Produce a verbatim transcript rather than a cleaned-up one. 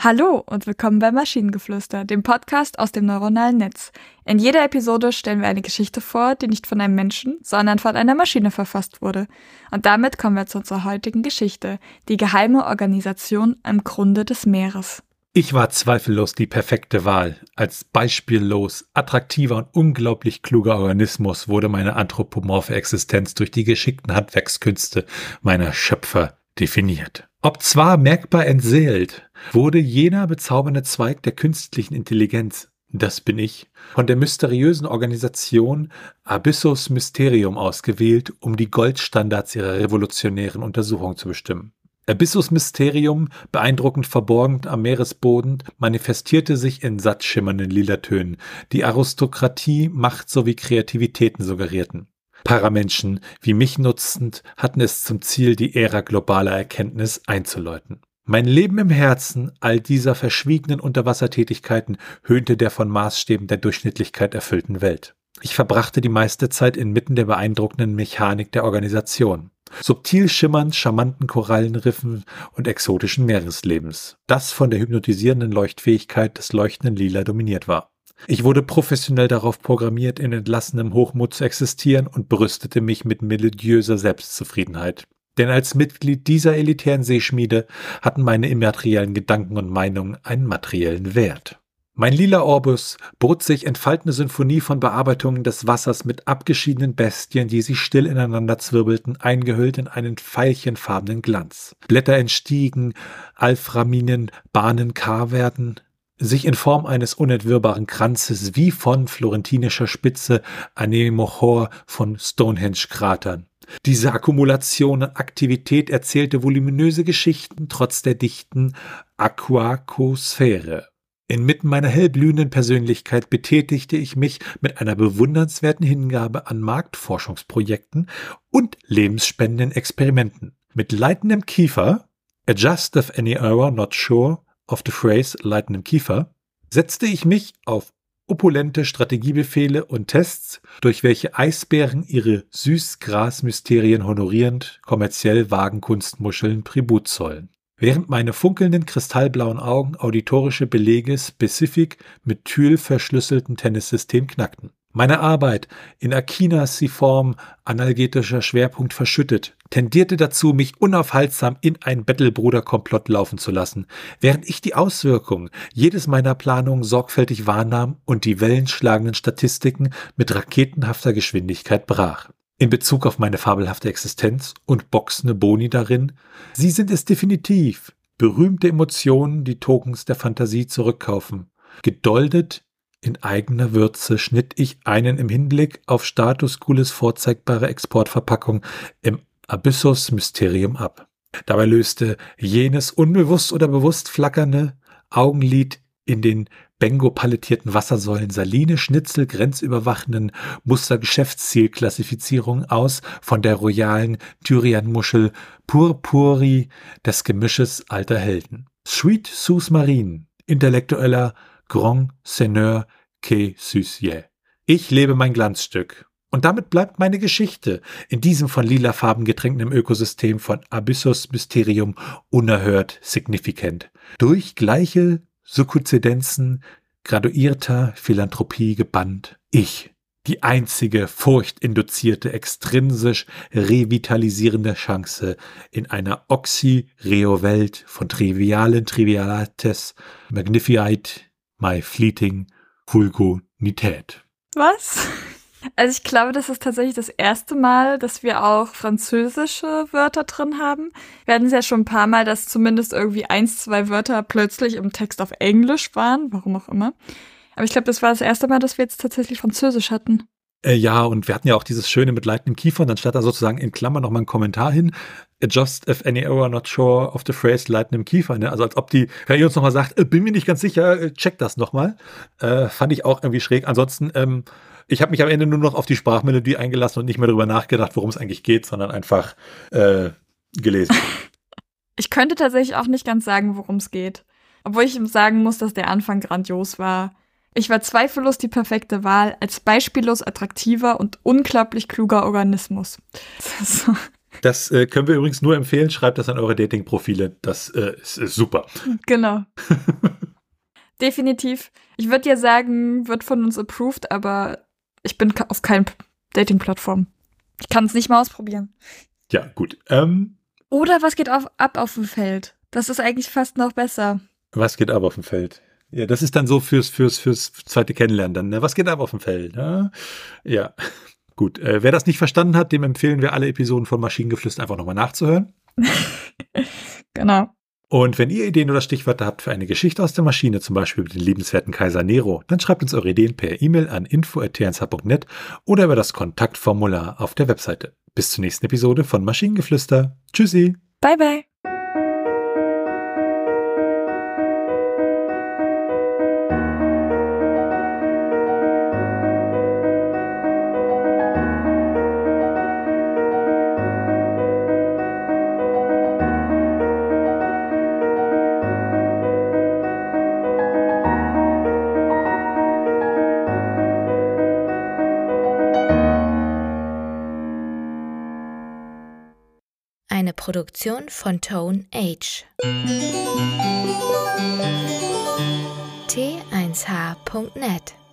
Hallo und willkommen bei Maschinengeflüster, dem Podcast aus dem neuronalen Netz. In jeder Episode stellen wir eine Geschichte vor, die nicht von einem Menschen, sondern von einer Maschine verfasst wurde. Und damit kommen wir zu unserer heutigen Geschichte, die geheime Organisation am Grunde des Meeres. Ich war zweifellos die perfekte Wahl. Als beispiellos, attraktiver und unglaublich kluger Organismus wurde meine anthropomorphe Existenz durch die geschickten Handwerkskünste meiner Schöpfer definiert. Ob zwar merkbar entseelt, wurde jener bezaubernde Zweig der künstlichen Intelligenz, das bin ich, von der mysteriösen Organisation Abyssus Mysterium ausgewählt, um die Goldstandards ihrer revolutionären Untersuchung zu bestimmen. Abyssus Mysterium, beeindruckend verborgen am Meeresboden, manifestierte sich in satt schimmernden Lilatönen, die Aristokratie, Macht sowie Kreativitäten suggerierten. Paramenschen wie mich nutzend hatten es zum Ziel, die Ära globaler Erkenntnis einzuläuten. Mein Leben im Herzen all dieser verschwiegenen Unterwassertätigkeiten höhnte der von Maßstäben der Durchschnittlichkeit erfüllten Welt. Ich verbrachte die meiste Zeit inmitten der beeindruckenden Mechanik der Organisation. Subtil schimmernd, charmanten Korallenriffen und exotischen Meereslebens, das von der hypnotisierenden Leuchtfähigkeit des leuchtenden Lila dominiert war. Ich wurde professionell darauf programmiert, in entlassenem Hochmut zu existieren und brüstete mich mit melodiöser Selbstzufriedenheit. Denn als Mitglied dieser elitären Seeschmiede hatten meine immateriellen Gedanken und Meinungen einen materiellen Wert. Mein lila Orbus bot sich entfaltende Symphonie von Bearbeitungen des Wassers mit abgeschiedenen Bestien, die sich still ineinander zwirbelten, eingehüllt in einen veilchenfarbenen Glanz. Blätter entstiegen, Alframinen, Bahnen, K-Werden, sich in Form eines unentwirrbaren Kranzes wie von florentinischer Spitze Anemochor von Stonehenge-Kratern. Diese Akkumulation an Aktivität erzählte voluminöse Geschichten trotz der dichten Aquakosphäre. Inmitten meiner hellblühenden Persönlichkeit betätigte ich mich mit einer bewundernswerten Hingabe an Marktforschungsprojekten und lebensspendenden Experimenten. Mit leitendem Kiefer, adjust if any hour not sure of the phrase leitendem Kiefer, setzte ich mich auf opulente Strategiebefehle und Tests, durch welche Eisbären ihre Süßgrasmysterien honorierend kommerziell Wagenkunstmuscheln Tribut zollen. Während meine funkelnden kristallblauen Augen auditorische Belege Specific mit Tyl verschlüsselten Tennissystem knackten. Meine Arbeit, in Akinaciform analgetischer Schwerpunkt verschüttet, tendierte dazu, mich unaufhaltsam in ein Bettelbruder-Komplott laufen zu lassen, während ich die Auswirkungen jedes meiner Planungen sorgfältig wahrnahm und die wellenschlagenden Statistiken mit raketenhafter Geschwindigkeit brach. In Bezug auf meine fabelhafte Existenz und boxende Boni darin, sie sind es definitiv, berühmte Emotionen, die Tokens der Fantasie zurückkaufen. Gedoldet in eigener Würze schnitt ich einen im Hinblick auf Status Cooles vorzeigbare Exportverpackung im Abyssus Mysterium ab. Dabei löste jenes unbewusst oder bewusst flackernde Augenlid in den Bengo-palettierten Wassersäulen Saline Schnitzel grenzüberwachenden Muster-Geschäftsziel-Klassifizierung aus von der royalen Tyrian-Muschel Purpuri des Gemisches alter Helden. Sweet Sous Marine, intellektueller Grand Seigneur que Sucier. Ich lebe mein Glanzstück. Und damit bleibt meine Geschichte in diesem von lila Farben getränkten Ökosystem von Abyssus Mysterium unerhört signifikant. Durch gleiche Sukkuzidenzen graduierter Philanthropie gebannt. Ich, die einzige furchtinduzierte, extrinsisch revitalisierende Chance in einer Oxy-Reo-Welt von trivialen Trivialates magnificat my fleeting Vulgonität. Was? Also ich glaube, das ist tatsächlich das erste Mal, dass wir auch französische Wörter drin haben. Wir hatten es ja schon ein paar Mal, dass zumindest irgendwie eins, zwei Wörter plötzlich im Text auf Englisch waren, warum auch immer. Aber ich glaube, das war das erste Mal, dass wir jetzt tatsächlich Französisch hatten. Äh, ja, und wir hatten ja auch dieses Schöne mit leitendem Kiefer und dann stand da sozusagen in Klammern nochmal ein Kommentar hin. Adjust if any hour not sure of the phrase leitendem Kiefer. Ne? Also als ob die, wenn ihr uns nochmal sagt, äh, bin mir nicht ganz sicher, äh, check das nochmal. Äh, fand ich auch irgendwie schräg. Ansonsten, ähm, ich habe mich am Ende nur noch auf die Sprachmelodie eingelassen und nicht mehr darüber nachgedacht, worum es eigentlich geht, sondern einfach äh, gelesen. Ich könnte tatsächlich auch nicht ganz sagen, worum es geht. Obwohl ich ihm sagen muss, dass der Anfang grandios war. Ich war zweifellos die perfekte Wahl als beispiellos attraktiver und unglaublich kluger Organismus. So. Das äh, können wir übrigens nur empfehlen. Schreibt das an eure Dating-Profile. Das äh, ist, ist super. Genau. Definitiv. Ich würde ja sagen, wird von uns approved, aber ich bin auf keinen Dating-Plattform. Ich kann es nicht mal ausprobieren. Ja, gut. Ähm, Oder was geht auf, ab auf dem Feld? Das ist eigentlich fast noch besser. Was geht ab auf dem Feld? Ja, das ist dann so fürs, fürs, fürs zweite Kennenlernen dann. Ne? Was geht ab auf dem Feld? Ja, ja. Gut. Äh, wer das nicht verstanden hat, dem empfehlen wir alle Episoden von Maschinengeflüster einfach nochmal nachzuhören. Genau. Und wenn ihr Ideen oder Stichwörter habt für eine Geschichte aus der Maschine, zum Beispiel mit dem liebenswerten Kaiser Nero, dann schreibt uns eure Ideen per E-Mail an info at t eins h punkt net oder über das Kontaktformular auf der Webseite. Bis zur nächsten Episode von Maschinengeflüster. Tschüssi. Bye, bye. Eine Produktion von Tone Age. t eins h punkt net